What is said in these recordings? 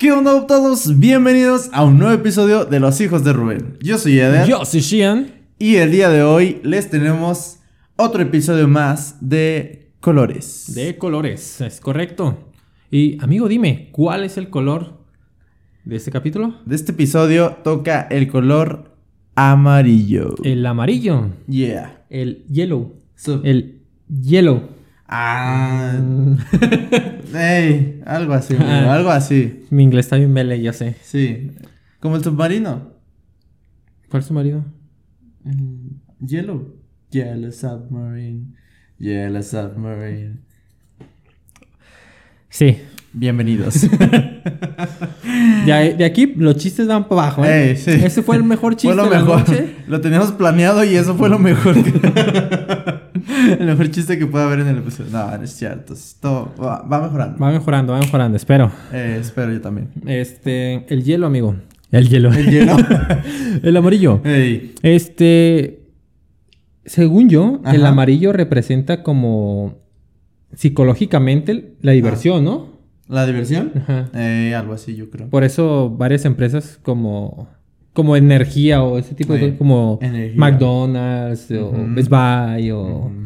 ¿Qué onda todos? Bienvenidos a un nuevo episodio de Los Hijos de Rubén. Yo soy Eder. Yo soy Shian. Y el día de hoy les tenemos otro episodio más de colores. De colores, es correcto. Y amigo, dime, ¿cuál es el color de este capítulo? De este episodio toca el color amarillo. El amarillo. Yeah. El yellow. So- El yellow. Ey, algo así, amigo, algo así. Mi inglés está bien mele, ya sé. Sí. Como el submarino. ¿Cuál es tu marido? Yellow. Yellow submarine. Yellow submarine. Sí. Bienvenidos. De aquí los chistes van para abajo, ¿eh? Ey, sí. Ese fue el mejor chiste Fue lo de la mejor. noche. Lo teníamos planeado y eso fue lo mejor. El mejor chiste que puede haber en el episodio. No, no es cierto. Esto va mejorando. Va mejorando, espero. Espero yo también. El hielo, amigo. El hielo. El hielo. El amarillo. Ey. Según yo, Ajá. el amarillo representa como psicológicamente la diversión, ¿no? ¿La diversión? Ajá. Algo así, yo creo. Por eso varias empresas como energía o ese tipo de cosas, como Energía. McDonald's o Ujú. Best Buy o Ujú.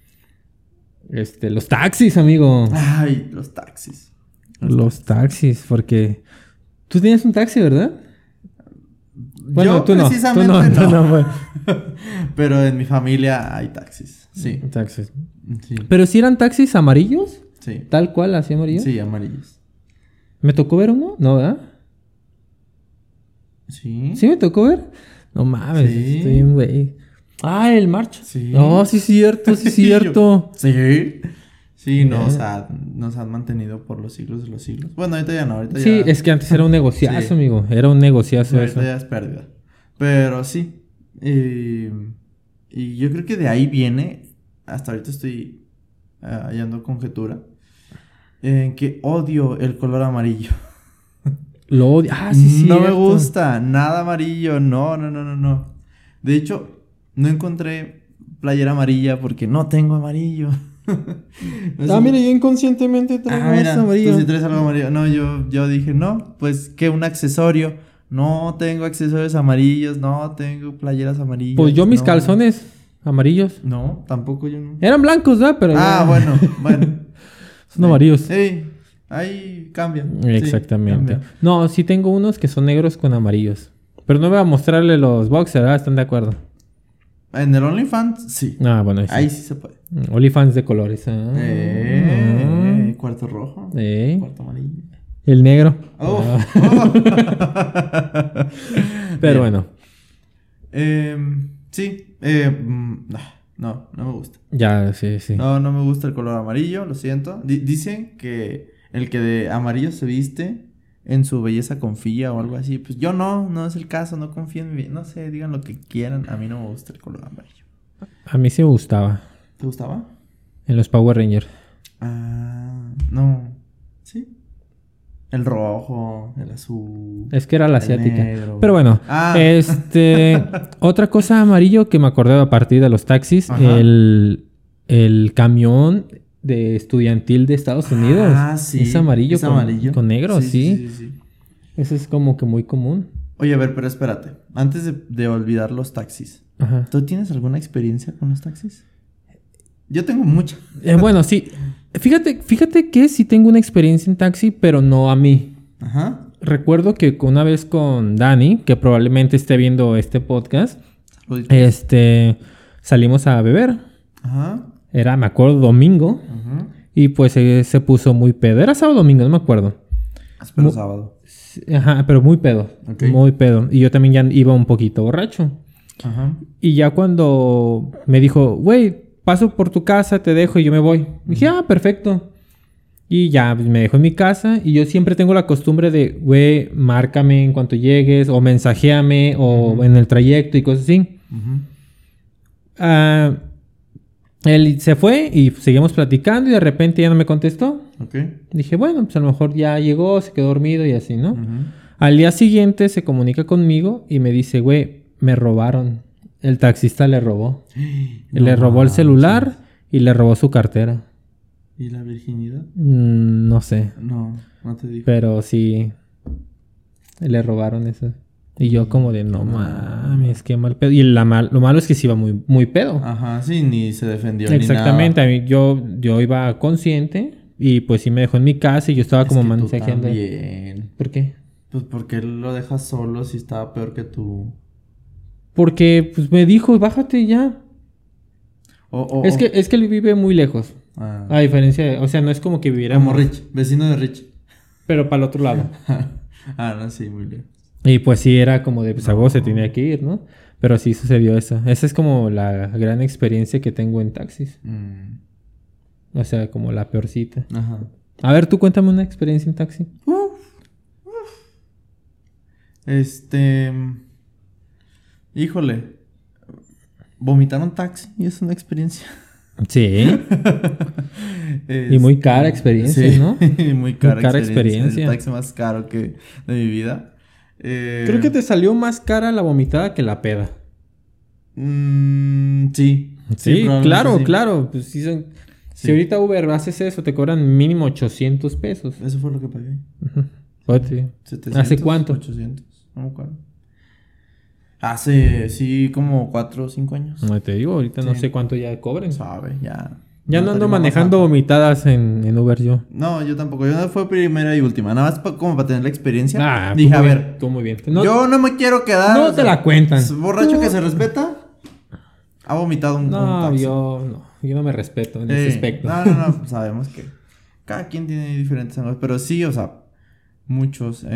los taxis, amigo. Ay, los taxis. Los taxis, porque tú tienes un taxi, ¿verdad? Bueno, Yo tú no. precisamente Tú no. no, bueno. Pero en mi familia hay taxis. Sí. Taxis. Sí. Pero si eran taxis amarillos, Sí. tal cual, así amarillos. Sí, amarillos. ¿Me tocó ver uno? No, ¿verdad? Sí. ¿Sí me tocó ver? No mames, Sí. estoy bien, güey. Ah, el March. Sí. No, sí, cierto, sí, cierto. Sí. Sí, Ya. nos han mantenido por los siglos de los siglos. Bueno, ahorita ya no, ahorita Sí, ya. es que antes era un negociazo, Sí. amigo. Era un negociazo Ahorita eso. ya es pérdida. Pero sí. Y yo creo que de ahí viene. Hasta ahorita estoy hallando conjetura. En que odio el color amarillo. Lo odio. Ah, sí, No me cierto. gusta nada amarillo. No. De hecho, no encontré playera amarilla porque no tengo amarillo. No sé. Ah, mira, yo inconscientemente traigo Mira, esto amarillo. tú sí traes algo amarillo. No, yo dije, no, pues que un accesorio. No tengo accesorios amarillos, no tengo playeras amarillas. Pues yo mis no. calzones amarillos. No, tampoco yo no. Eran blancos, ¿verdad? Pero ya Bueno. son amarillos. Sí, ahí cambia. Exactamente. Sí, cambia. No, sí tengo unos que son negros con amarillos. Pero no voy a mostrarle los boxers, ¿verdad? ¿Están de acuerdo? En el OnlyFans, sí. Ah, bueno, Ahí sí se puede. OnlyFans de colores. Ah. Cuarto rojo. Eh. Cuarto amarillo. El negro. Oh. Ah. Pero bueno, Sí. No me gusta. ya, sí. No me gusta el color amarillo, lo siento. Dicen que el que de amarillo se viste en su belleza confía o algo así. Pues yo no es el caso, no confío en mi belleza. No sé, digan lo que quieran. A mí no me gusta el color amarillo. A mí sí me gustaba. ¿Te gustaba? En los Power Rangers. No. ¿Sí? El rojo, el azul. Es que era la el asiática. negro. Pero bueno, otra cosa amarillo que me acordé a partir de los taxis, Ajá. el camión de estudiantil de Estados Unidos. Sí. Es amarillo, ¿Es amarillo? con negro, sí. Sí. Eso es como que muy común. Oye, a ver, pero espérate. Antes de olvidar los taxis. Ajá. ¿Tú tienes alguna experiencia con los taxis? Yo tengo mucha. Bueno, sí. Fíjate que sí tengo una experiencia en taxi, pero no a mí. Ajá. Recuerdo que una vez con Dani, que probablemente esté viendo este podcast, Saluditos. salimos a beber. Ajá. Era, me acuerdo, domingo. Ajá. Y pues se puso muy pedo. Era sábado o domingo, no me acuerdo. Espero sábado. Ajá, pero muy pedo. Ok. Muy pedo. Y yo también ya iba un poquito borracho. Ajá. Y ya cuando me dijo, güey, paso por tu casa, te dejo y yo me voy. Dije, perfecto. Y ya pues, me dejó en mi casa. Y yo siempre tengo la costumbre de, güey, márcame en cuanto llegues. O mensajéame. O en el trayecto y cosas así. Ajá. Él se fue y seguimos platicando. Y de repente ya no me contestó. Ok. Dije, bueno, pues a lo mejor ya llegó, se quedó dormido y así, ¿no? Ajá. Al día siguiente se comunica conmigo y me dice, güey, me robaron. El taxista le robó. Le robó el celular y le robó su cartera. ¿Y la virginidad? No sé. No te digo. Pero sí. le robaron eso. Y yo como de, no mames, qué mal pedo. Y lo malo es que sí iba muy, muy pedo. Ajá, sí, ni se defendió Exactamente, ni nada. a mí, yo iba consciente y pues sí me dejó en mi casa y yo estaba como mensajeando. También. ¿Por qué? Pues porque él lo dejas solo si estaba peor que tú. Porque pues me dijo, bájate ya. Es que él vive muy lejos. A diferencia de, o sea, no es como que viviera como Rich, vecino de Rich. Pero para el otro lado. No, sí, muy bien. Y pues sí, era como de, pues a vos se tenía que ir, ¿no? Pero sí sucedió eso. Esa es como la gran experiencia que tengo en taxis. O sea, como la peorcita. Ajá. A ver, tú cuéntame una experiencia en taxi. Híjole. Vomitar un taxi es una experiencia. Sí. Y muy cara experiencia, sí, ¿no? Muy cara experiencia. El taxi más caro de mi vida. Creo que te salió más cara la vomitada que la peda. Sí. Sí, claro, sí. claro. Pues sí son... Si ahorita Uber haces eso, te cobran mínimo 800 pesos. Eso fue lo que pagué. Uh-huh. 700, ¿Hace cuánto? 800. No me acuerdo. Hace, sí, como 4 o 5 años. No te digo, ahorita no sé cuánto ya cobren. Sabe, ya. Ya no ando manejando vomitadas en Uber yo. No, yo tampoco. Yo no fue primera y última. Nada más como para tener la experiencia. Dije, a ver. Tú muy bien. Yo no me quiero quedar. No te la cuentan. Borracho que se respeta. Ha vomitado un taxi. Yo no me respeto en ese aspecto. No. Sabemos que cada quien tiene diferentes ángulos. Pero sí, o sea, muchos.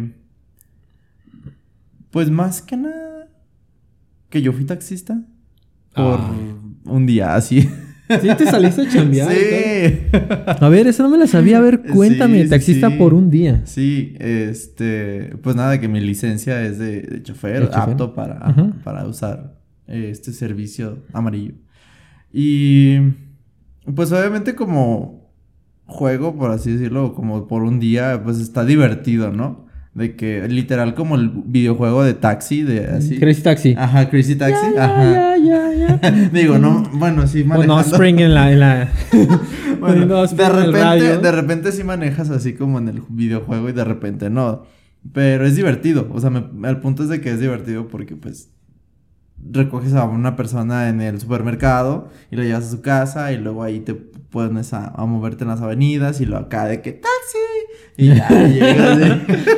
Pues más que nada. Que yo fui taxista. Por un día, así. ¿Sí te saliste a chambear? Sí. A ver, eso no me la sabía. A ver, cuéntame. Taxista por un día. Sí, pues nada, que mi licencia es de chofer, apto para usar este servicio amarillo. Y pues obviamente como juego, por así decirlo, como por un día, pues está divertido, ¿no? De que literal como el videojuego de taxi, de así. Crazy Taxi. Ajá, Crazy Taxi. Ya. Digo, no, bueno, sí manejando. No, Spring en la... Bueno, de repente sí manejas así como en el videojuego y de repente no. Pero es divertido. O sea, el punto es de que es divertido porque pues recoges a una persona en el supermercado y la llevas a su casa y luego ahí te pones a moverte en las avenidas y luego acá de que taxi y ya llegas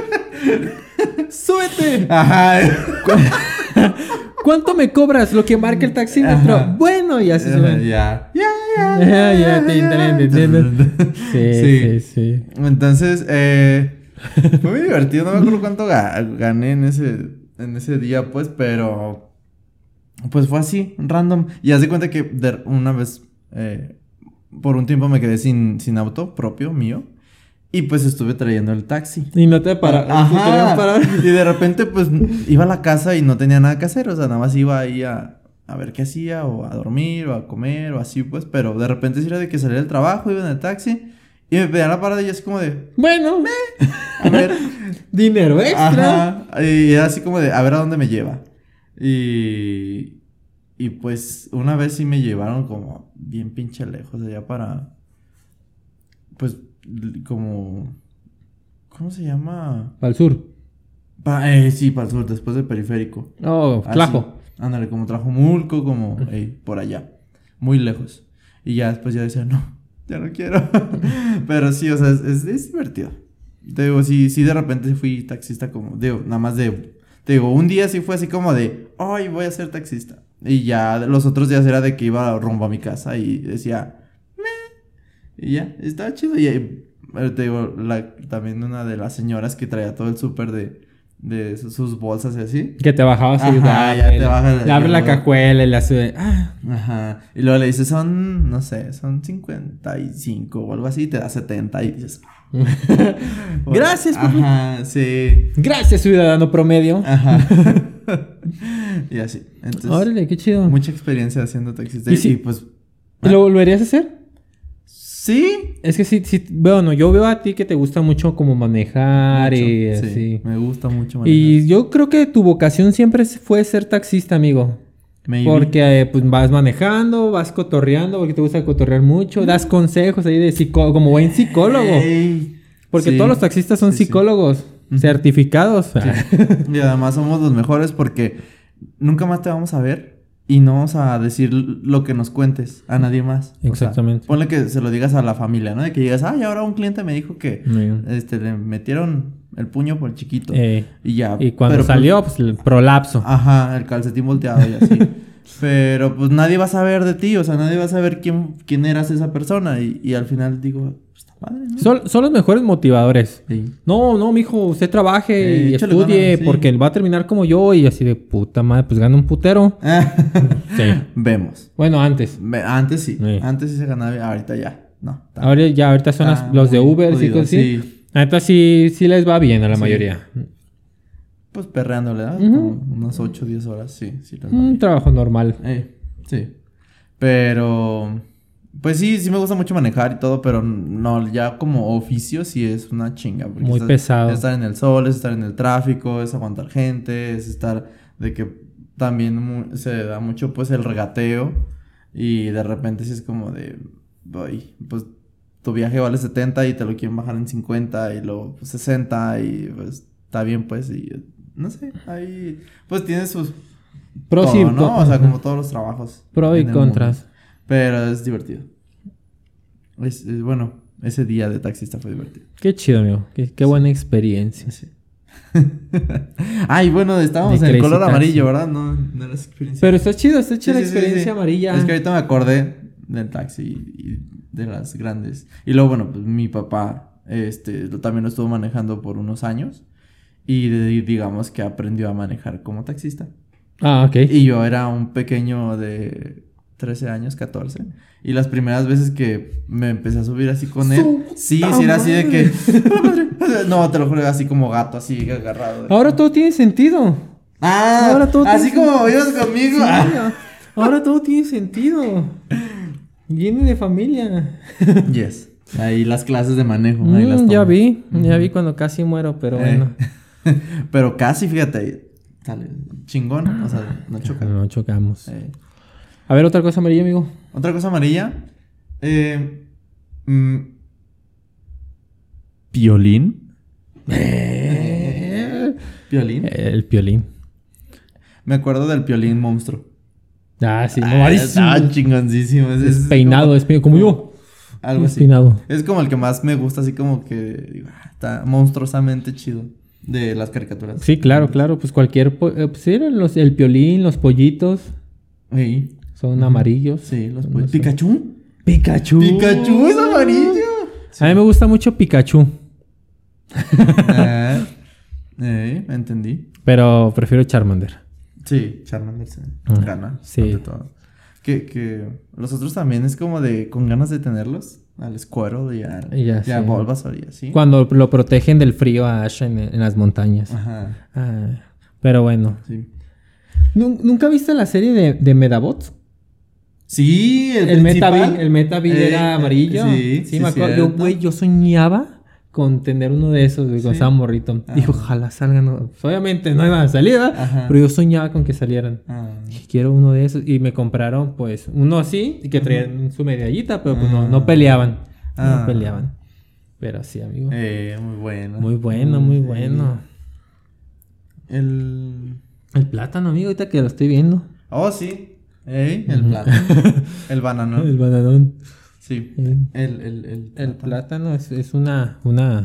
¡Súbete! Ajá. ¿Cuánto me cobras? Lo que marca el taxímetro. Ajá. Bueno, ya se suben. Ya, te entiendo. Sí. Entonces, fue muy divertido. No me acuerdo cuánto gané en ese día, pues, pero pues fue así, random. Y haz de cuenta que una vez, por un tiempo me quedé sin auto propio mío. Y pues estuve trayendo el taxi. Y no te pararon. Ajá. Y de repente, pues, iba a la casa y no tenía nada que hacer. O sea, nada más iba ahí a ver qué hacía, o a dormir, o a comer, o así, pues. Pero de repente sí era de que salía del trabajo, iba en el taxi. Y me pedían la parada y yo así como de... Bueno. A ver. Dinero extra. Ajá. Y era así como de, a ver a dónde me lleva. Y pues, una vez sí me llevaron como bien pinche lejos allá para... Pues... como... ¿Cómo se llama? Para el sur. Sí, para el sur, después del periférico. Oh, Tlajo. Ándale, como Tlajomulco, como por allá. Muy lejos. Y ya después ya decía, no, ya no quiero. Pero sí, o sea, es divertido. Te digo, sí, de repente fui taxista como... Digo, nada más de... Te digo, un día sí fue así como de... Ay, voy a ser taxista. Y ya los otros días era de que iba rumbo a mi casa y decía... Y ya, estaba chido. Y te digo, también una de las señoras que traía todo el súper de sus bolsas y así. Que te bajabas a ayudar. Ya te bajas. Le abre la cajuela y le hace... Ajá. Y luego le dices, no sé, son 55 o algo así. Y te da 70 y dices... Gracias, Ajá, sí. Gracias, ciudadano promedio. Ajá. Y así. Entonces, órale, qué chido. Mucha experiencia haciendo taxista. Y pues... ¿Y lo volverías a hacer? Sí. Es que sí, bueno, yo veo a ti que te gusta mucho como manejar y así. Sí, me gusta mucho manejar. Y yo creo que tu vocación siempre fue ser taxista, amigo. Maybe. Porque pues vas manejando, vas cotorreando, porque te gusta cotorrear mucho, das consejos ahí de como buen psicólogo. Porque Sí, todos los taxistas son sí, sí. psicólogos Ujú. certificados. Sí. Y además somos los mejores porque nunca más te vamos a ver y no vamos a decir lo que nos cuentes a nadie más. Exactamente. O sea, ponle que se lo digas a la familia, ¿no? De que digas, ay, ahora un cliente me dijo que le metieron el puño por el chiquito. Y ya. Y cuando pero, salió, pues el prolapso. Ajá, el calcetín volteado y así. Pero pues nadie va a saber de ti, o sea, nadie va a saber quién eras esa persona. Y al final digo, pues está padre, ¿no? Son los mejores motivadores. Sí. No, mijo, usted trabaje y échale estudie ganas, sí. porque él va a terminar como yo. Y así de puta madre, pues gana un putero. Sí. Vemos. Bueno, antes. Antes sí. Sí. Antes sí se ganaba, ahorita ya. No. Ahorita son los de muy Uber y jodido, cosas así. sí. Ahorita sí les va bien a la Sí. mayoría. Pues perreándole, ¿no? Ujú. Como unas 8 o 10 horas, sí. Sí, les va Un bien. trabajo normal. Sí. Pero... Pues sí me gusta mucho manejar y todo, pero no, ya como oficio sí es una chinga. Porque Muy pesado. Es estar en el sol, es estar en el tráfico, es aguantar gente, es estar de que también se da mucho pues el regateo y de repente sí es como de, pues tu viaje vale 70 y te lo quieren bajar en 50 y luego pues, 60 y pues está bien pues y no sé, ahí pues tiene sus... Pros todo, y ¿no? O sea, como todos los trabajos. Pro y en el contras. mundo. Pero es divertido. Bueno, ese día de taxista fue divertido. Qué chido, amigo. Qué buena experiencia. Sí. Ay, bueno, estábamos De en el Crazy color Taxi. amarillo, ¿verdad? No era esa experiencia. Pero está chido Sí, la experiencia sí. amarilla. Es que ahorita me acordé del taxi y de las grandes. Y luego, bueno, pues mi papá también lo estuvo manejando por unos años. Y digamos que aprendió a manejar como taxista. Ah, ok. Y yo era un pequeño de 13 años, 14. Y las primeras veces que me empecé a subir así con él, sí era así de que... No, te lo juro, así como gato, así agarrado. Ahora todo tiene sentido. Ahora todo así tiene como ibas conmigo. Sí, ahora todo tiene sentido. Viene de familia. Yes. Ahí las clases de manejo. Ahí las Ya tomo. ya vi cuando casi muero, pero bueno. Pero casi, fíjate, sale chingón. O sea, no choca. No chocamos. A ver, otra cosa amarilla, amigo. Otra cosa amarilla. ¿Piolín? ¿Piolín? El piolín. Me acuerdo del Piolín monstruo. Ah, sí, mamadísimo. Estaba chingoncísimo. Es peinado, como yo. Algo así. Peinado. Es como el que más me gusta, así como que digo, está monstruosamente chido. De las caricaturas. Sí, claro. Pues cualquier... pues sí, el piolín, los pollitos. Sí. Son amarillos. Sí, los No sé. ¿Pikachu? Pikachu. ¡Pikachu es amarillo! Sí. A mí me gusta mucho Pikachu. Entendí. Pero prefiero Charmander. Sí, Charmander se gana. Sí. Ante todo. Que los otros también es como de... Con ganas de tenerlos. Al Squirtle y a sí. Bulbasaur y así. Cuando lo protegen del frío a Ash en las montañas. Ajá. Pero bueno. Sí. ¿Nunca viste la serie de Medabots? Sí, El principal. Metabil. El Metabil era amarillo. Sí, me acuerdo. Yo soñaba con tener uno de esos, cuando estaba morrito. Dije, ojalá salgan. Obviamente no iban a salir, ¿verdad? Ajá. Pero yo soñaba con que salieran. Dije, quiero uno de esos. Y me compraron, pues, uno así, y que traían su medallita, pero pues no peleaban. No peleaban. Pero sí, amigo. Muy bueno. Muy bueno, muy bueno. El plátano, amigo, ahorita que lo estoy viendo. Oh, sí. El plátano. El banano. El bananón. Sí. El plátano es una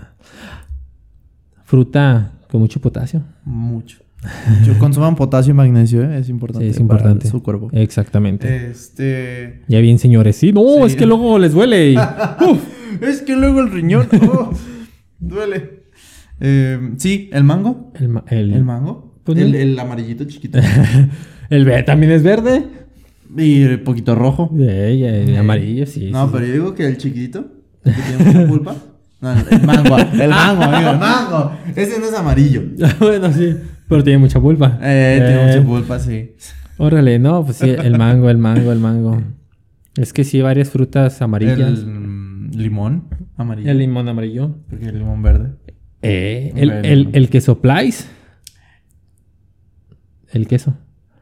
fruta con mucho potasio. Mucho. Consuman potasio y magnesio, es importante. Sí, es importante. Para su cuerpo. Exactamente. Ya bien, señores. Sí, es que luego les duele. Es que luego el riñón. Duele. Sí, el mango. El mango. Pues el amarillito chiquito. El también es verde. Y un poquito rojo. Amarillo, sí. No, sí, pero yo digo que el chiquitito, que tiene mucha pulpa. No, el mango, amigo, el mango. Ese no es amarillo. Bueno, sí. Pero tiene mucha pulpa. Tiene mucha pulpa, sí. Órale, no, pues sí, el mango. Es que sí, varias frutas amarillas. El limón amarillo. El limón amarillo. Porque el limón verde. El queso Plais. El queso.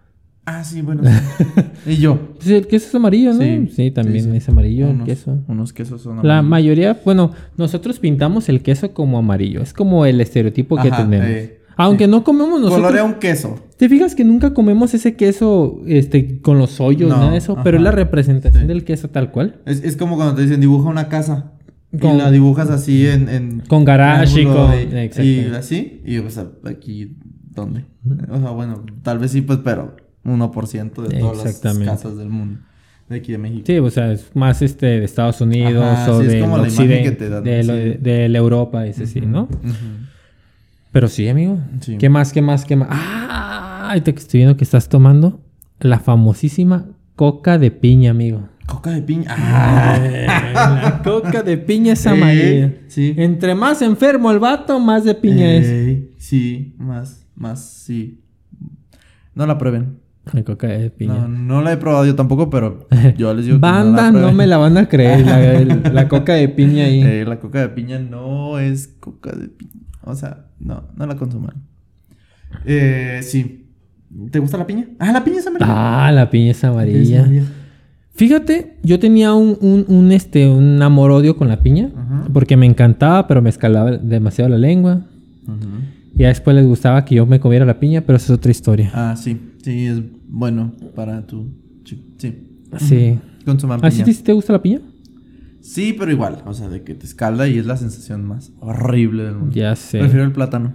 Ah, sí, bueno, sí. Y yo. Pues el queso es amarillo, ¿no? Sí, Sí, también sí, sí. es amarillo el queso. Unos quesos son La amarillos. mayoría, bueno, nosotros pintamos el queso como amarillo. Es como el estereotipo que Ajá, tenemos. Aunque sí. no comemos nosotros. Colorea un queso. ¿Te fijas que nunca comemos ese queso con los hoyos, No, nada de eso? ajá. Pero es la representación Sí. del queso tal cual. Es como cuando te dicen dibuja una casa. Con- Y la dibujas así en Con garage y triángulo con... Exacto. y así. Y o sea, aquí, ¿dónde? O sea, bueno, tal vez sí, pues, pero 1% de todas las Exactamente. casas del mundo. De aquí de México. Sí, o sea, es más de Estados Unidos Ajá, o sí, es de como la imagen Occidente, que te dan, de, sí. de la Europa, ese sí, ¿no? Ujú. Pero sí, amigo. Sí. ¿Qué más? ¡Ah! Ahorita que estoy viendo que estás tomando la famosísima coca de piña, amigo. Coca de piña. Ah. La coca de piña es amarilla. Sí. Entre más enfermo el vato, más de piña es. Sí, más, sí. No la prueben. La coca de piña. No la he probado yo tampoco, pero yo les digo que Banda, no la no me la van a creer. La coca de piña ahí. La coca de piña no es coca de piña. O sea, no la consuman. Sí. ¿Te gusta la piña? Ah, la piña es amarilla. Ah, la piña es Es amarilla. amarilla. Fíjate, yo tenía un amor-odio con la piña. Ajá. Porque me encantaba, pero me escalaba demasiado la lengua. Ujú. Y ya después les gustaba que yo me comiera la piña, pero eso es otra historia. Ah, sí. Sí, es bueno para tu... Sí. Sí. Consuman ¿Así piña. te gusta la piña? Sí, pero igual. O sea, de que te escalda y es la sensación más horrible del mundo. Ya sé. Prefiero el plátano.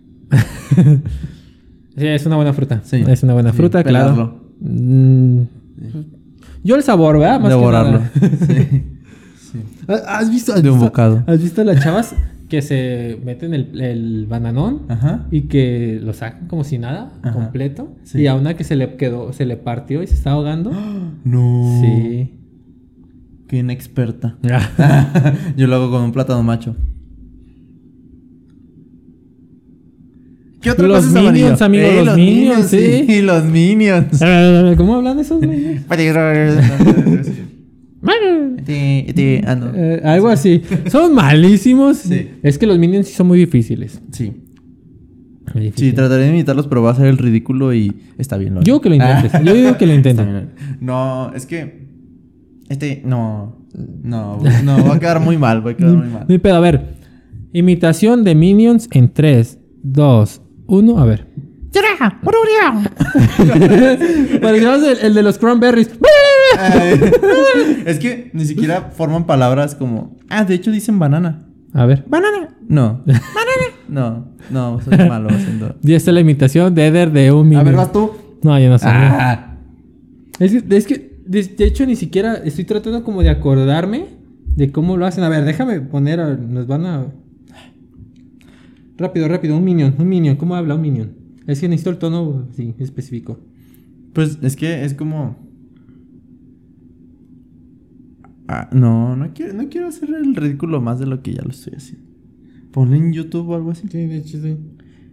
Sí, es una buena fruta. Sí. Es una buena Sí, fruta, claro. pelarlo. Yo el sabor, ¿verdad? Más que Devorarlo. nada. Sí. ¿Has visto? De un bocado. ¿Has visto las chavas que se meten el bananón Ajá. y que lo sacan como si nada, Ajá. completo? Sí. Y a una que se le partió y se está ahogando. No. Sí. Qué inexperta. Yo lo hago con un plátano macho. ¿Qué otra Los cosa es Minions, amarillo? amigo, los Minions, sí. Sí, los Minions. ¿Cómo hablan esos niños? No. Algo así. Son malísimos. Sí. Es que los Minions sí son muy difíciles. Sí. Muy Sí, difíciles. trataré de imitarlos, pero va a ser el ridículo y está bien. Yo digo que lo intentes. Yo digo que lo intentes. Está bien. No, es que... No, va a quedar muy mal, va a quedar muy mal. Ni pedo, a ver. Imitación de Minions en 3, 2, 1, a ver. Parecemos el de los cranberries. Es que ni siquiera forman palabras como... Ah, de hecho dicen banana. A ver. Banana. No. Banana. No, soy malo haciendo... Y esta es la imitación de Eder de un Minion. A ver, vas tú. No, yo no sé. Ah. Es que de hecho, ni siquiera estoy tratando como de acordarme de cómo lo hacen. A ver, déjame poner. Nos van a. Rápido. Un minion. ¿Cómo habla un minion? Es que necesito el tono sí, específico. Pues es que es como... No quiero hacer el ridículo más de lo que ya lo estoy haciendo. Ponle en YouTube o algo así. Sí, de hecho, sí.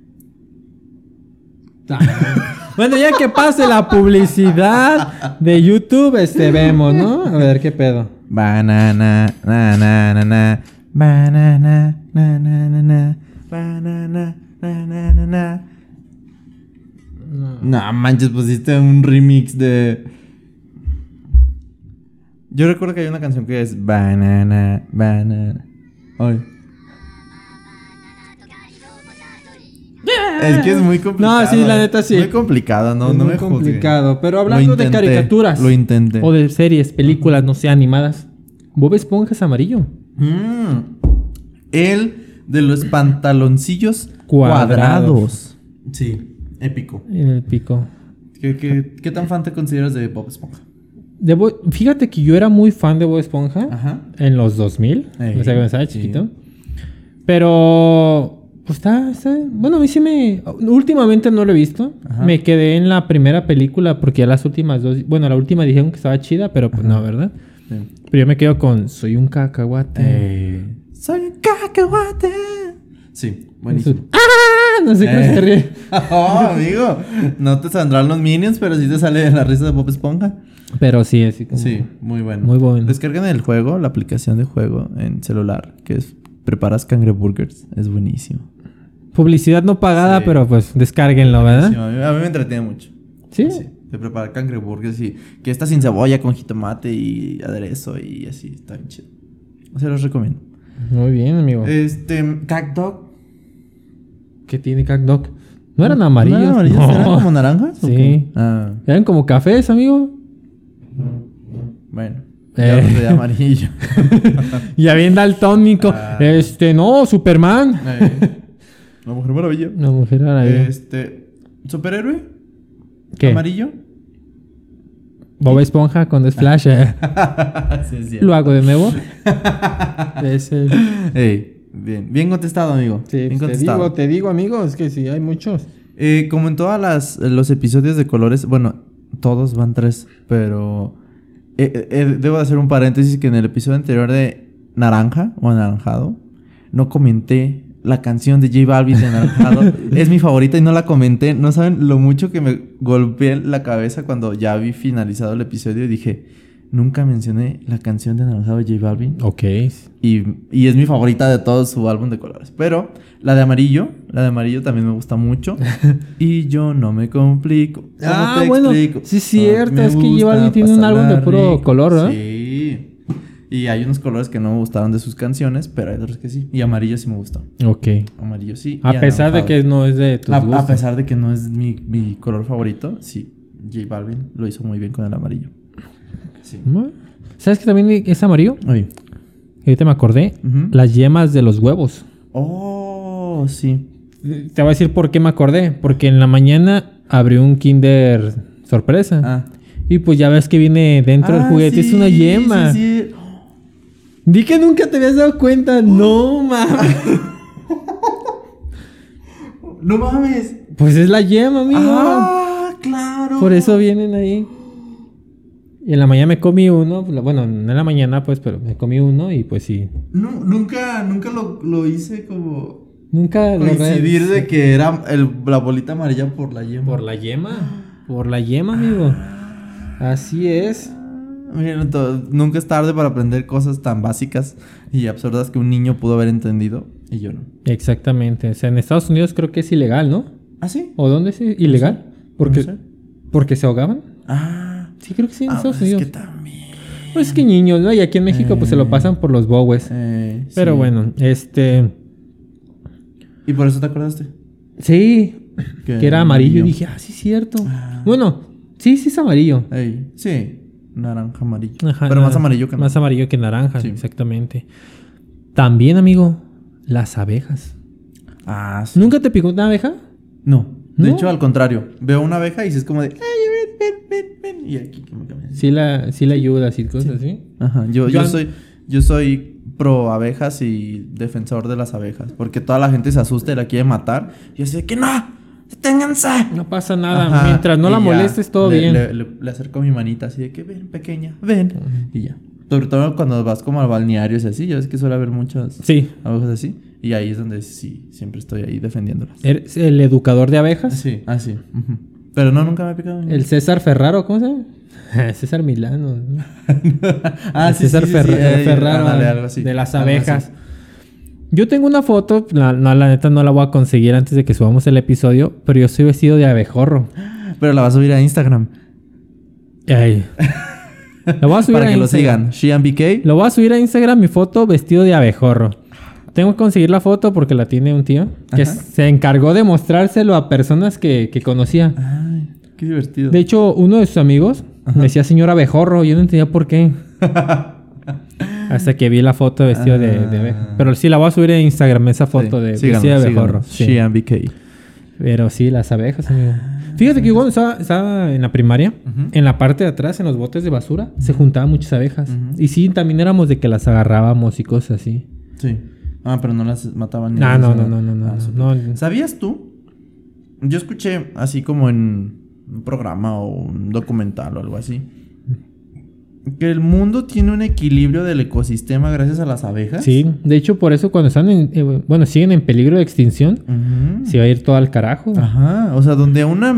Bueno, ya que pase la publicidad de YouTube, vemos, ¿no? A ver, ¿qué pedo? Banana, banana, banana. No manches, pusiste un remix de... Yo recuerdo que hay una canción que es banana. Ay. Es que es muy complicado. No, sí, la neta sí. Muy complicado, no Es me muy juzguen. complicado. Pero hablando de intenté, caricaturas. Lo intenté. O de series, películas, no sé, animadas. Bob Esponja es amarillo. El de los pantaloncillos cuadrados. Sí, épico. En el pico. ¿Qué tan fan te consideras de Bob Esponja? Fíjate que yo era muy fan de Bob Esponja. Ajá. En los 2000. Ey, O sea, cuando estaba sí. chiquito. Pero... Pues está... Bueno, a mí sí me... Últimamente no lo he visto. Ajá. Me quedé en la primera película porque ya las últimas dos... Bueno, la última dijeron que estaba chida, pero pues no, ¿verdad? Sí. Pero yo me quedo con... Soy un cacahuate. Soy un cacahuate. Sí, buenísimo. ¡Ah! No sé cómo se ríe. Oh, amigo. No te saldrán los Minions, pero sí te sale la risa de Bob Esponja. Pero sí, así como... Sí, muy bueno. Muy bueno. Descarguen el juego, la aplicación de juego en celular, que es Preparas Cangreburgers. Es buenísimo. Publicidad no pagada, Sí. pero pues descárguenlo, ¿verdad? Sí, a mí me entretiene mucho. ¿Sí? Sí. De preparar cangreburgers y que está sin cebolla, con jitomate y aderezo y así. Está bien chido. O sea, los recomiendo. Muy bien, amigo. Cat Dog. ¿Qué tiene Cat Dog? ¿No eran amarillos? ¿No eran amarillos? No. ¿Eran como naranjas? ¿O Sí. qué? Ah, Eran como cafés, amigo. bueno. Ya los de amarillo. Ya bien daltónico. Ah. No, Superman. La Mujer Maravilla. La Mujer Maravilla. ¿Superhéroe? ¿Qué? ¿Amarillo? Bob Esponja cuando es Flash. Sí, es cierto. Lo hago de nuevo. Ese. Ey, bien contestado, amigo. Sí, bien contestado. te digo, amigo, es que sí, hay muchos. Como en todos los episodios de colores, bueno, todos van 3, pero debo de hacer un paréntesis que en el episodio anterior de Naranja o Anaranjado no comenté la canción de J Balvin de Anaranjado. Es mi favorita y no la comenté. No saben lo mucho que me golpeé la cabeza cuando ya vi finalizado el episodio y dije, nunca mencioné la canción de Anaranjado de J Balvin. Ok. Y es mi favorita de todo su álbum de colores. Pero la de amarillo también me gusta mucho. Y yo no me complico. ¿Cómo te bueno, explico? sí es cierto, Me es que J gusta Balvin tiene un álbum de pasarla puro rico. color, ¿verdad? Sí. Y hay unos colores que no me gustaron de sus canciones, pero hay otros que sí. Y amarillo sí me gustó. Ok. Amarillo sí. A y pesar de anaranjado. que no es de tus gustos. A pesar de que no es mi color favorito, sí. J Balvin lo hizo muy bien con el amarillo. Sí. ¿Sabes que también es amarillo? Oye. Ahorita me acordé. Ujú. Las yemas de los huevos. Oh, sí. Te voy a decir por qué me acordé. Porque en la mañana abrí un Kinder sorpresa. Ah. Y pues ya ves que viene dentro del juguete. Sí, es una yema. Sí, sí. Di que nunca te habías dado cuenta. No, mames. No mames. Pues es la yema, amigo. Ah, claro. Por eso vienen ahí. Y en la mañana me comí uno. Bueno, no en la mañana, pues, pero me comí uno y pues sí. No, nunca lo hice como Nunca coincidir de que era la bolita amarilla por la yema. Por la yema. Por la yema, amigo. Así es. Miren, nunca es tarde para aprender cosas tan básicas y absurdas que un niño pudo haber entendido y yo no. Exactamente. O sea, en Estados Unidos creo que es ilegal, ¿no? ¿Ah, sí? ¿O dónde es ilegal? Porque, No sé. porque se ahogaban. Ah, Sí, creo que sí, en Estados pues Unidos. es que también. Pues es que niños, ¿no? Y aquí en México pues se lo pasan por los bowes. Pero Sí. bueno, ¿Y por eso te acordaste? Sí, que era amarillo. Y dije, sí, cierto. Ah. Bueno, sí es amarillo. Ey, sí, naranja, amarillo. Ajá, pero más amarillo que más amarillo que naranja, Sí. exactamente. También, amigo, las abejas. Ah, sí. ¿Nunca te picó una abeja? No. De ¿No? hecho, al contrario. Veo una abeja y es como de... Ay, ven. Y aquí que me cambia. Sí la ayudas y cosas así. Ajá. Yo soy pro abejas y defensor de las abejas. Porque toda la gente se asusta y la quiere matar. Y yo así de que no, deténganse. No pasa nada. Ajá, Mientras no y la ya, molestes, todo bien. Le acerco mi manita así de que ven, pequeña, ven. Y ya. Sobre todo cuando vas como al balneario y así. Ya ves que suele haber muchas Sí. abejas así. Y ahí es donde sí, siempre estoy ahí defendiéndolas. ¿Eres el educador de abejas? Sí, sí. Ujú. Pero no, nunca me ha picado. El César Ferraro, ¿cómo se llama? César Milano. ¿no? César Ferraro, algo así. de las Algo abejas. así. Yo tengo una foto, la neta no la voy a conseguir antes de que subamos el episodio, pero yo estoy vestido de abejorro. Pero la vas a subir a Instagram. Ay. La voy a subir Para a que lo Instagram. sigan. SheandBK. Lo voy a subir a Instagram mi foto vestido de abejorro. Tengo que conseguir la foto porque la tiene un tío que Ajá. se encargó de mostrárselo a personas que conocía. Ay, qué divertido. De hecho, uno de sus amigos me decía señor abejorro. Yo no entendía por qué. Hasta que vi la foto vestido de abeja. Pero sí, la voy a subir a Instagram, esa foto de vestido de abejorro. Sí. SheandBK. Pero sí, las abejas, amigo. Fíjate que cuando estaba en la primaria, Ujú. en la parte de atrás, en los botes de basura, se juntaban muchas abejas. Ujú. Y sí, también éramos de que las agarrábamos y cosas así. Sí. Ah, pero no las mataban ni No, las- no. súper. No. ¿Sabías tú? Yo escuché así como en un programa o un documental o algo así. Que el mundo tiene un equilibrio del ecosistema gracias a las abejas. Sí, de hecho, por eso cuando están siguen en peligro de extinción, Ujú. se va a ir todo al carajo. Ajá, o sea, donde una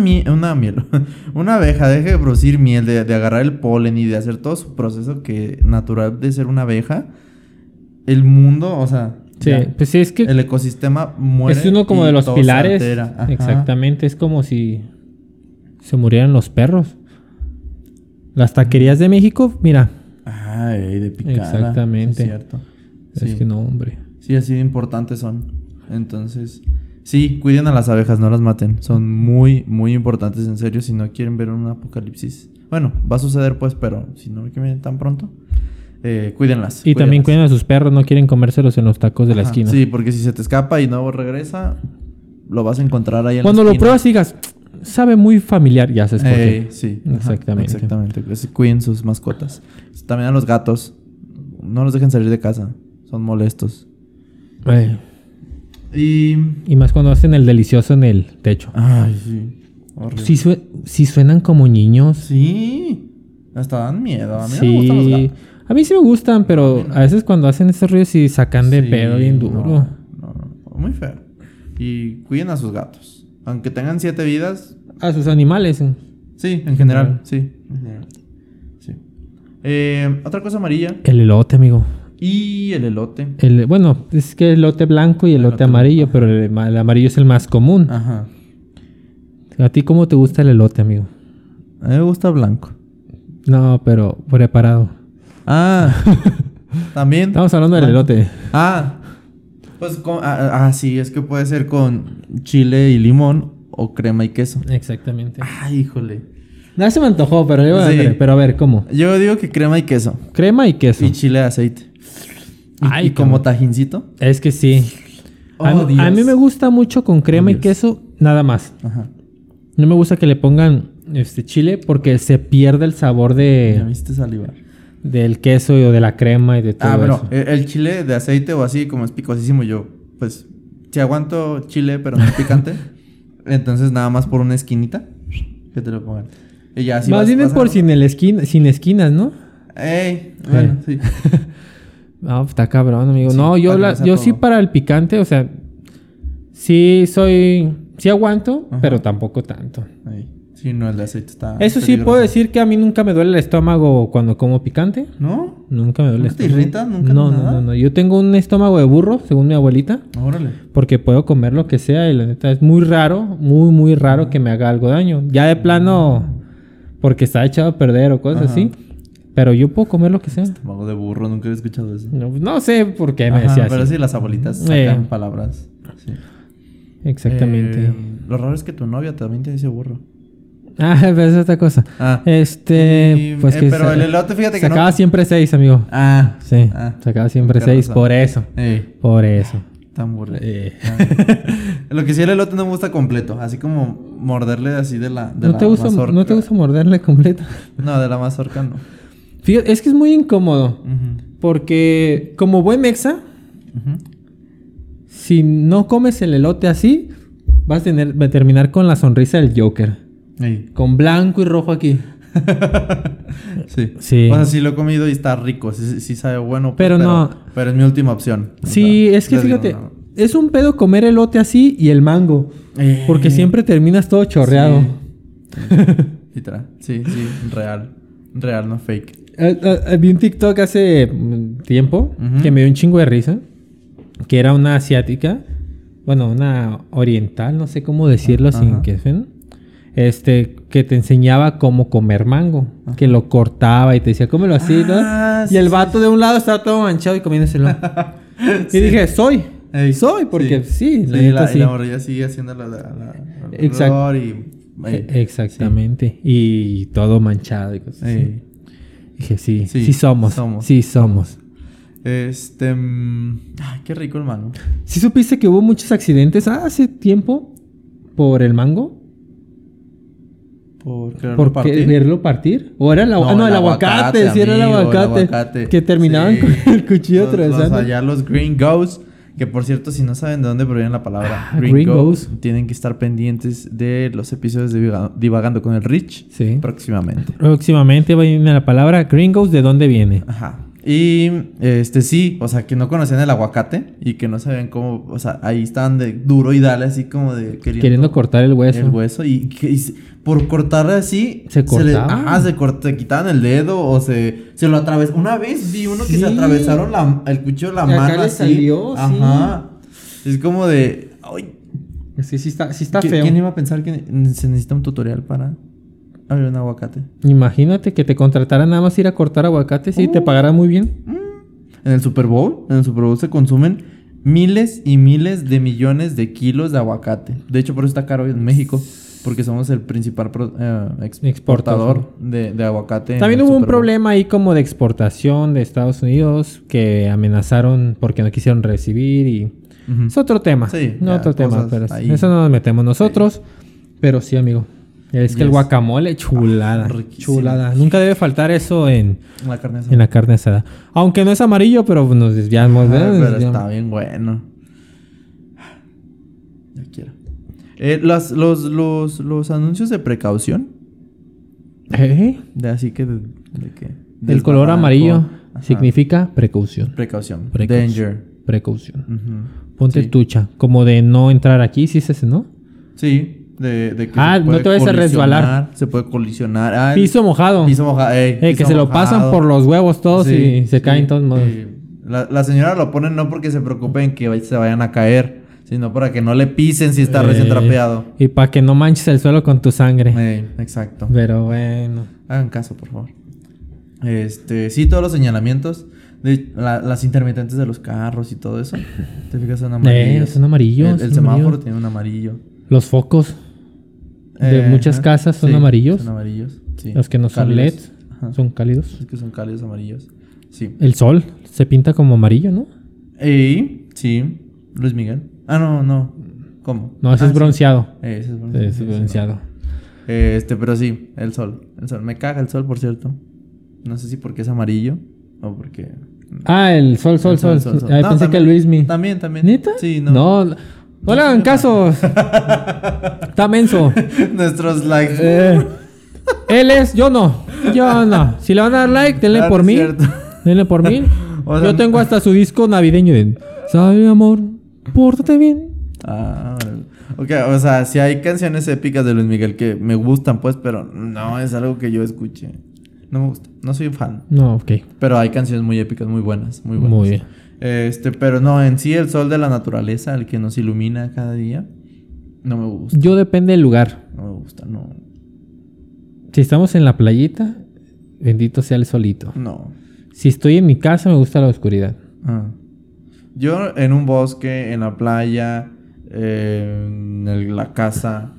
abeja deje de producir miel, de agarrar el polen y de hacer todo su proceso que natural de ser una abeja, el mundo, o sea, Sí, ya, pues sí, es que el ecosistema muere. es uno como y de los todo se pilares. altera. Ajá. Exactamente, es como si se murieran los perros. Las taquerías de México, mira. Ay, de picada. Exactamente. Sí, es cierto. Es Sí. que no, hombre. Sí, así de importantes son. Entonces, sí, cuiden a las abejas, no las maten. Son muy, muy importantes, en serio, si no quieren ver un apocalipsis. Bueno, va a suceder pues, pero si no quieren tan pronto, cuídenlas. Y también cuídenlas. cuiden a sus perros, no quieren comérselos en los tacos de la Ajá, esquina. Sí, porque si se te escapa y no regresa, lo vas a encontrar ahí en Cuando la lo esquina. pruebas digas, sabe muy familiar, ya sabes por qué. Sí, ajá, Exactamente. exactamente. Pues, cuiden sus mascotas. También a los gatos. No los dejen salir de casa. Son molestos. Ay, Y... y más cuando hacen el delicioso en el techo. Ay, sí. Horrible. Sí suenan como niños. Sí. Hasta dan miedo. A mí no me gustan los Sí. gatos. A mí sí me gustan, pero A mí no. a veces cuando hacen esos ruidos sí sacan de Sí, pedo bien duro. No. Muy feo. Y cuiden a sus gatos. Aunque tengan 7 vidas. A sus animales. Sí, en general. Sí. En general. Sí. Otra cosa amarilla. El elote, amigo. Y el elote. Bueno, es que el elote blanco y el elote Elote amarillo, blanco. pero el amarillo es el más común. Ajá. ¿A ti cómo te gusta el elote, amigo? A mí me gusta blanco. No, pero preparado. Ah. También. Estamos hablando del Blanco. elote. Pues sí, es que puede ser con chile y limón o crema y queso. Exactamente. Ay, híjole. Ya se me antojó, pero yo Sí. pero a ver, ¿cómo? Yo digo que crema y queso. Crema y queso. Y chile de aceite. Ay, y como cabrón. tajincito. Es que sí. Oh, a mí Dios. me gusta mucho con crema y Dios. queso, nada más. Ajá. No me gusta que le pongan chile porque se pierde el sabor Ya viste salivar. del queso y o de la crema y de todo Pero eso. el chile de aceite o así, como es picosísimo, yo, pues, si aguanto chile, pero no es picante, entonces nada más por una esquinita que te lo pongan. Y ya así Más bien es por sin esquinas, ¿no? Bueno, sí. No, está cabrón, amigo. Sí, No, para que no sea yo sí todo. para el picante, o sea, sí aguanto, Ajá. pero tampoco tanto. Ahí. Sí, no, el de aceite está Eso sí peligroso. puedo decir que a mí nunca me duele el estómago cuando como picante. ¿No? Nunca me duele el ¿No te estómago. irrita? ¿Nunca No, nada? no. Yo tengo un estómago de burro, según mi abuelita, Órale. porque puedo comer lo que sea y la neta es muy raro, muy raro que me haga algo daño. Ya de plano, porque está echado a perder o cosas Ajá. así. Pero yo puedo comer lo que sea. Mago de burro, nunca había escuchado eso. No sé por qué me Ajá, decía pero así. sí, las abuelitas sacan palabras. Sí. Exactamente. Lo raro es que tu novia también te dice burro. Ah, pero es otra cosa. Y, Pues que pero el elote, fíjate que no. sacaba siempre 6, amigo. Sí, Ah, sacaba siempre qué 6, razón. por eso. Por eso. Tan burro. Lo que sí el elote no me gusta completo, así como morderle así de la ¿No te gusta mazorca. morderle completo? No, de la mazorca no. Fíjate, es que es muy incómodo. Ujú, Porque como buen mexa, ujú. si no comes el elote así, vas a terminar con la sonrisa del Joker. Ey. Con blanco y rojo aquí. Sí. Sí. O sea, sí lo he comido y está rico, sí sabe bueno. Pero no. Pero es mi última opción. O Sí, sea, es que les digo, fíjate, no. es un pedo comer elote así y el mango. Porque siempre terminas todo chorreado. Sí. Literal. Sí, real. Real, no fake. Vi un TikTok hace tiempo Ujú. que me dio un chingo de risa. Que era una asiática. Bueno, una oriental, no sé cómo decirlo sin Ajá. que suene. Que te enseñaba cómo comer mango. Ajá. Que lo cortaba y te decía, cómelo así, Ah, ¿no? sí, Y el sí, vato de un lado estaba todo manchado y comiéndoselo. Sí. Y dije, soy, porque sí, la neta y sí. la morrilla sigue haciendo Exacto. olor y... Exactamente. Y todo manchado y cosas así. Ey. Dije, sí Sí, somos. somos. Sí somos. Ay, qué rico el mango. ¿Sí supiste que hubo muchos accidentes hace tiempo por el mango? ¿Por quererlo ¿Por partir? verlo partir? ¿O era el No, el aguacate? Sí, era el amigo, aguacate. Que terminaban Sí. con el cuchillo atravesando. Allá los gringos, que por cierto, si no saben de dónde proviene la palabra Gringos. tienen que estar pendientes de los episodios de Divagando con el Rich Sí. próximamente. Próximamente va a venir la palabra gringos, ¿de dónde viene? Ajá. Y sí, o sea, que no conocían el aguacate y que no sabían cómo, o sea, ahí estaban de duro y dale así como de Queriendo cortar el hueso. el hueso por cortarle así Se cortaba. se quitaban el dedo o se lo atravesaron. Una vez vi uno que Sí. se atravesaron el cuchillo la Y acá mano le así. salió, sí. Ajá. Es como de, ay, Sí está feo. ¿quién iba a pensar que se necesita un tutorial A ver, un aguacate. Imagínate que te contrataran nada más ir a cortar aguacates y te pagaran muy bien. En el Super Bowl se consumen miles y miles de millones de kilos de aguacate. De hecho, por eso está caro en México. Porque somos el principal exportador de aguacate. También hubo un problema ahí como de exportación de Estados Unidos que amenazaron porque no quisieron recibir y... Es otro tema. Sí, no otro tema, pero ahí. eso no nos metemos nosotros. Sí. Pero sí, amigo. Es que el guacamole, chulada. Chulada. Nunca debe faltar eso en la carne asada. Aunque no es amarillo, pero nos desviamos. Pero está bien bueno. Ya quiero. Los anuncios de precaución. De así que... de que el color amarillo significa precaución. Precaución. Danger. Precaución. Ponte tucha. Como de no entrar aquí, ¿sí es ese, no? Sí. De que no te vayas a resbalar. Se puede colisionar. Piso mojado. Piso mojado. Que se lo pasan por los huevos todos y se caen todos modos. La señora lo pone no porque se preocupen que se vayan a caer, sino para que no le pisen si está recién trapeado. Y para que no manches el suelo con tu sangre. Exacto. Pero bueno. Hagan caso, por favor. Sí, todos los señalamientos. Las intermitentes de los carros y todo eso. ¿Te fijas? Son amarillos. Son amarillos. El semáforo tiene un amarillo. Los focos de muchas casas son amarillos. Son amarillos, sí. Los que no son LEDs son cálidos. Los que son cálidos amarillos, sí. El sol se pinta como amarillo, ¿no? Sí. Luis Miguel. No. ¿Cómo? No, ese es bronceado. Ese es bronceado. Pero sí, el sol. Me caga el sol, por cierto. No sé si porque es amarillo o porque... el sol. Pensé que Luismi. También. ¿Neta? Sí, no. No le hagan caso. Está menso. Nuestros likes. Él es, yo no. Si le van a dar like, denle por mí. Denle por mí. Yo tengo hasta su disco navideño de "Sabe, amor, pórtate bien". Ok, o sea, sí hay canciones épicas de Luis Miguel que me gustan, pues, pero no es algo que yo escuche. No me gusta. No soy un fan. No, ok. Pero hay canciones muy épicas, muy buenas. Muy bien. Pero no, en sí el sol de la naturaleza, el que nos ilumina cada día, no me gusta. Yo depende del lugar. No me gusta, no. Si estamos en la playita, bendito sea el solito. No. Si estoy en mi casa, me gusta la oscuridad. Yo en un bosque, en la playa, en la casa,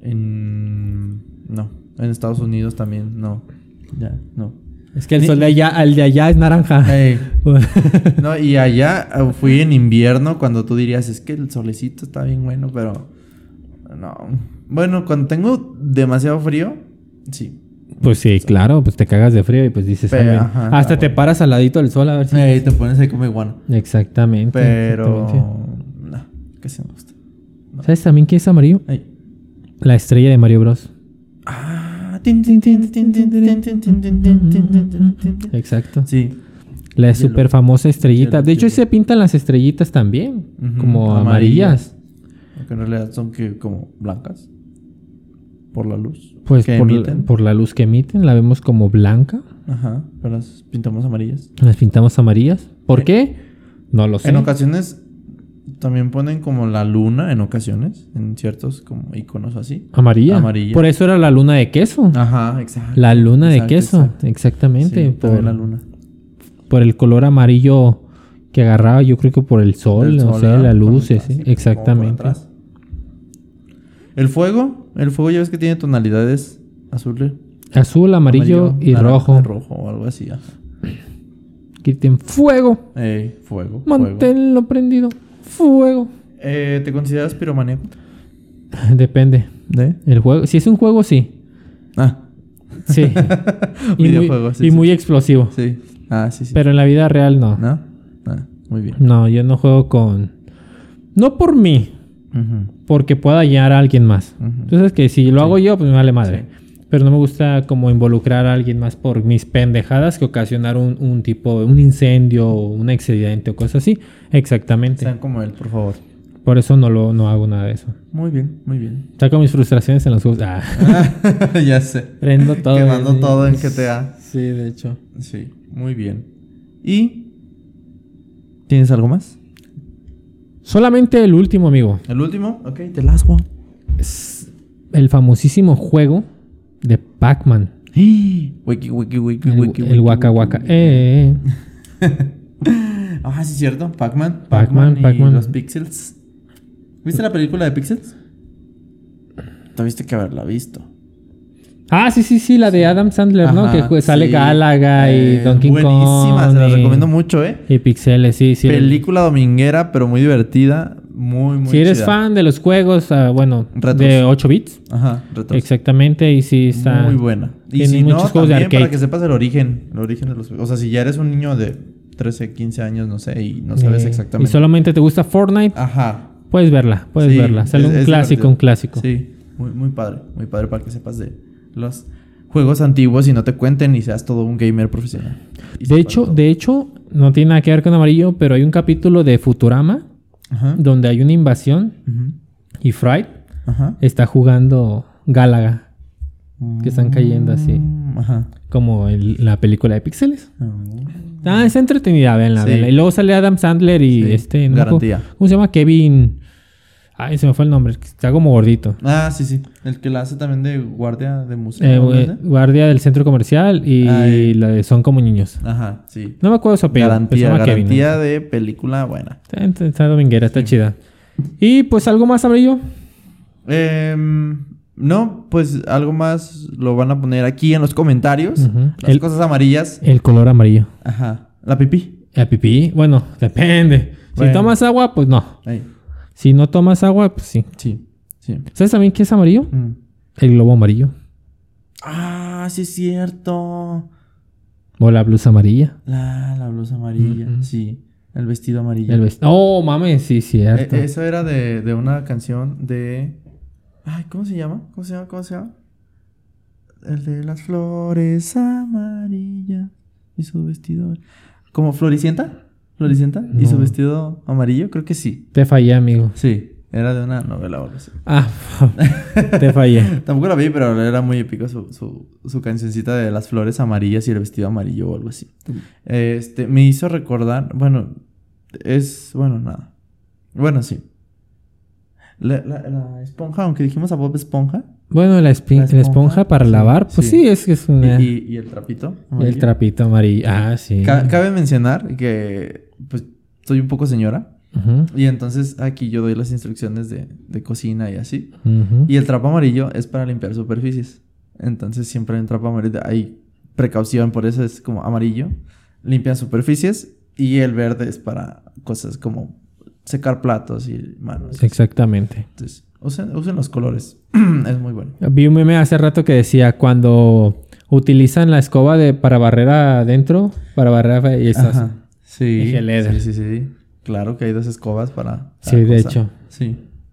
en Estados Unidos también, no. Ya, no. Es que el sol de allá es naranja. No, y allá fui en invierno cuando tú dirías, es que el solecito está bien bueno, pero no. Bueno, cuando tengo demasiado frío, sí. Pues sí, claro, pues te cagas de frío y pues dices, hasta te paras al ladito del sol a ver si... te pones ahí como iguana. Exactamente. Pero... no, casi me gusta. No. ¿Sabes también qué es amarillo? La estrella de Mario Bros. Exacto. Sí. La súper famosa estrellita. De hecho, se pintan las estrellitas también. Como amarillas. Aunque en realidad son como blancas. Por la luz. Pues por la luz que emiten, la vemos como blanca. Ajá. Pero las pintamos amarillas. Las pintamos amarillas. ¿Por qué? No lo sé. En ocasiones también ponen como la luna, en ocasiones, en ciertos como iconos así. Amarilla. Por eso era la luna de queso. Ajá, exacto. La luna de queso, exactamente. Sí, por la luna. Por el color amarillo que agarraba, yo creo que por el sol, la luz, sí, exactamente. El fuego ya ves que tiene tonalidades azules. Azul, amarillo y naranja, rojo o algo así. Ajá. Quiten fuego. Fuego. Manténlo prendido. Fuego. ¿Te consideras piromaníaco? Depende. ¿De? El juego. Si es un juego, sí. Sí. y muy explosivo. Sí. Sí. Pero en la vida real no. ¿No? Muy bien. No, yo no juego con... No por mí. Porque pueda dañar a alguien más. Entonces que si lo hago yo, pues me vale madre. Sí. Pero no me gusta como involucrar a alguien más por mis pendejadas que ocasionar un incendio, un accidente o cosas así. Exactamente. Sean como él, por favor. Por eso no hago nada de eso. Muy bien. Saco mis frustraciones en los juegos. Ya sé. Prendo todo. Quemando todo en GTA. Sí, de hecho. Sí, muy bien. ¿Y tienes algo más? Solamente el último, amigo. ¿El último? Ok, the last one. Es el famosísimo juego De Pac-Man. Wiki, wiki, wiki, El, wiki, el wiki, Waka wiki, Waka. wiki. Ah, sí, es cierto. Pac-Man y Pac-Man. los Pixels. ¿Viste la película de Pixels? Tuviste que haberla visto. Ah, sí, la de Adam Sandler, ¿no? Ajá, Que sale sí. Galaga y Donkey Kong. Buenísima, se la y- recomiendo mucho, ¿eh? Y Pixeles, sí. Película dominguera, pero muy divertida. Muy Si eres chida. fan de los juegos, bueno, Retros. de 8 bits. Ajá, retros. Exactamente, y sí está... Muy buena. Y tiene si no, muchos juegos de también arcade. para que sepas el origen de los... O sea, si ya eres un niño de 13, 15 años, no sé, y no sabes Y exactamente. solamente te gusta Fortnite, Ajá. puedes verla. Sí, Sale un clásico, divertido. un clásico. Sí, muy padre para que sepas de los juegos antiguos y no te cuenten y seas todo un gamer profesional. Y De sepas todo. hecho, no tiene nada que ver con amarillo, pero hay un capítulo de Futurama Ajá. donde hay una invasión Ujú. y Fright Ajá. está jugando Galaga, que están cayendo así, Ajá. como en la película de Pixeles. Mm. Ah, es entretenida, véanla, Sí. véanla. Y luego sale Adam Sandler y Sí, no me acuerdo, garantía. ¿cómo se llama? Kevin. Ay, se me fue el nombre, que está como gordito. Ah, sí. El que la hace también de guardia de museo. ¿no? ¿Ese? Guardia del centro comercial y Ay. la de Son como niños. Ajá, sí. No me acuerdo su apellido. pero se llama Kevin, Garantía ¿no? de película buena. Está dominguera, está chida. Y pues algo más, amarillo. No, pues algo más lo van a poner aquí en los comentarios. Ujú. Las cosas amarillas. El color amarillo. Ajá. La pipí. El pipí, bueno, depende. Si Bueno. tomas agua, pues no. Ahí. Si no tomas agua, pues sí. Sí. ¿Sabes también qué es amarillo? Mm. El globo amarillo. Ah, sí es cierto. O la blusa amarilla. La blusa amarilla. Ujú. Sí. El vestido amarillo. Oh, mames, sí, cierto. Eso era de una canción de... Ay, ¿cómo se llama? ¿Cómo se llama? El de las flores amarillas y su vestido... ¿Como Floricienta? ¿Y su No. vestido amarillo? Creo que sí. Te fallé, amigo. Sí, era de una novela o algo así. Ah, te fallé. Tampoco la vi, pero era muy épico su cancioncita de las flores amarillas y el vestido amarillo o algo así. Me hizo recordar... Bueno, nada. Bueno, sí. La esponja, aunque dijimos a Bob Esponja. Bueno, la esponja para sí, lavar, pues sí, es que es una... Y el trapito. el amarillo. trapito amarillo. Ah, sí. Cabe mencionar que pues soy un poco señora. Ujú, Y entonces aquí yo doy las instrucciones de cocina y así. ujú. Y el trapo amarillo es para limpiar superficies. Entonces siempre hay un trapo amarillo. Hay precaución, por eso es como amarillo. Limpian superficies. Y el verde es para cosas como secar platos y manos. Exactamente. Entonces, usen los colores. Es muy bueno. Vi un meme hace rato que decía cuando utilizan la escoba para barrer adentro, para barrer y esas. Ajá. Sí. Dije leather. Sí. Claro que hay dos escobas para Sí, de hecho. Sí.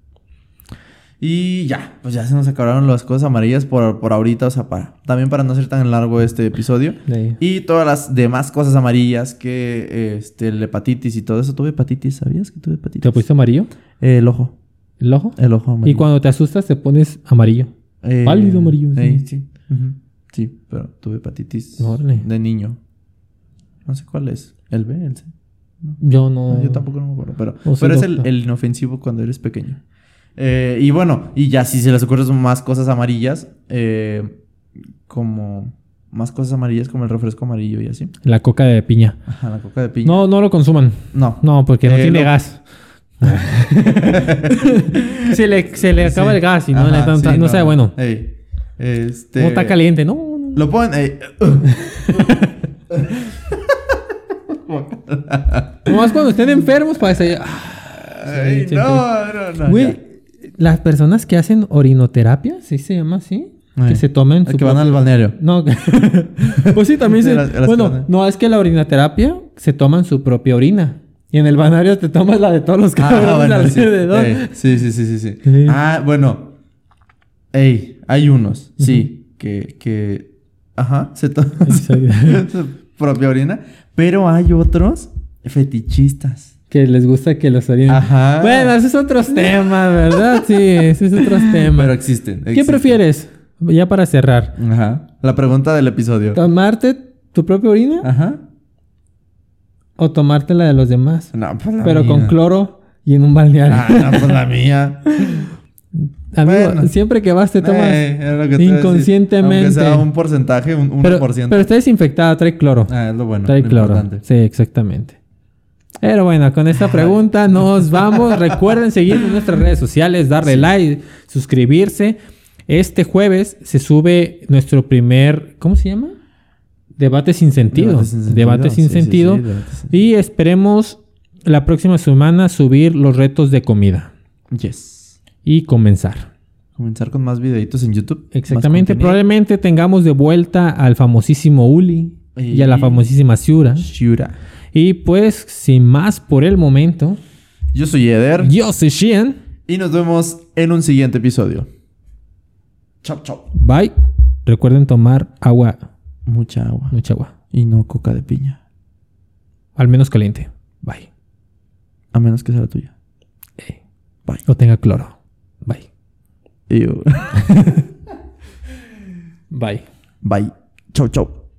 Y ya, pues ya se nos acabaron las cosas amarillas por ahorita, o sea, también para no ser tan largo este episodio. De ahí. Y todas las demás cosas amarillas que, la hepatitis y todo eso. Tuve hepatitis, ¿sabías que tuve hepatitis? ¿Te pusiste amarillo? El ojo. ¿El ojo? El ojo amarillo. Y cuando te asustas te pones amarillo. Pálido amarillo, sí. Sí. Ujú. Sí, pero tuve hepatitis Órale. de niño. No sé cuál es. ¿El B? ¿El C? Yo no... Yo tampoco no me acuerdo, pero O sea, es doctor. el inofensivo cuando eres pequeño. Y bueno, y ya si se les ocurren más cosas amarillas, como más cosas amarillas como el refresco amarillo y así. La coca de piña. Ajá, la coca de piña. No lo consuman. No. No, porque no tiene lo- gas. se le acaba Sí. el gas y no, Ajá, sí, no sabe bueno. Ey, No está caliente. No. Lo ponen. Nomás cuando estén enfermos para decir... Ay, sí, no. Güey, ya. las personas que hacen orinoterapia, ¿sí se llama así? Ay, Que se tomen que van al balneario. No, pues sí, también Sí, se... las que Bueno, van. no, es que la orinoterapia se toman su propia orina. Y en el balneario te tomas la de todos los cabrones sí. alrededor. Sí. Sí. Ah, bueno. Hay unos, sí, que ajá, se toman su propia orina, pero hay otros fetichistas. Que les gusta que los orinen. Ajá. Bueno, esos son otros temas, ¿verdad? Sí, esos son otros temas. Pero existen. ¿Qué prefieres? Ya para cerrar. Ajá. La pregunta del episodio. ¿Tomarte tu propia orina Ajá. o tomarte la de los demás? No, pues la Pero mía. con cloro y en un balneario. Ah, no, pues la mía. Amigo, Bueno. siempre que vas te tomas Era lo que te iba a decir. inconscientemente. Aunque sea un porcentaje, un 1%. Pero está desinfectada, trae cloro. Es lo bueno, Trae lo cloro. importante. Sí, exactamente. Pero bueno, con esta pregunta nos vamos. Recuerden seguirnos en nuestras redes sociales, darle like, suscribirse. Este jueves se sube nuestro primer... ¿Cómo se llama? Debate sin sentido. Debate sin sentido. Y esperemos la próxima semana subir los retos de comida. Yes. Y comenzar. Comenzar con más videitos en YouTube. Exactamente. Más contenido. Probablemente tengamos de vuelta al famosísimo Uli y a la famosísima Shura. Shura. Y pues, sin más por el momento, Yo soy Eder. yo soy Sheehan. Y nos vemos en un siguiente episodio. Chao, chao. Bye. Recuerden tomar agua, Mucha agua. mucha agua. Y no coca de piña. Al menos caliente. Bye. A menos que sea la tuya. Bye. O tenga cloro. Bye. Ew. Bye. Bye. Chau, chau.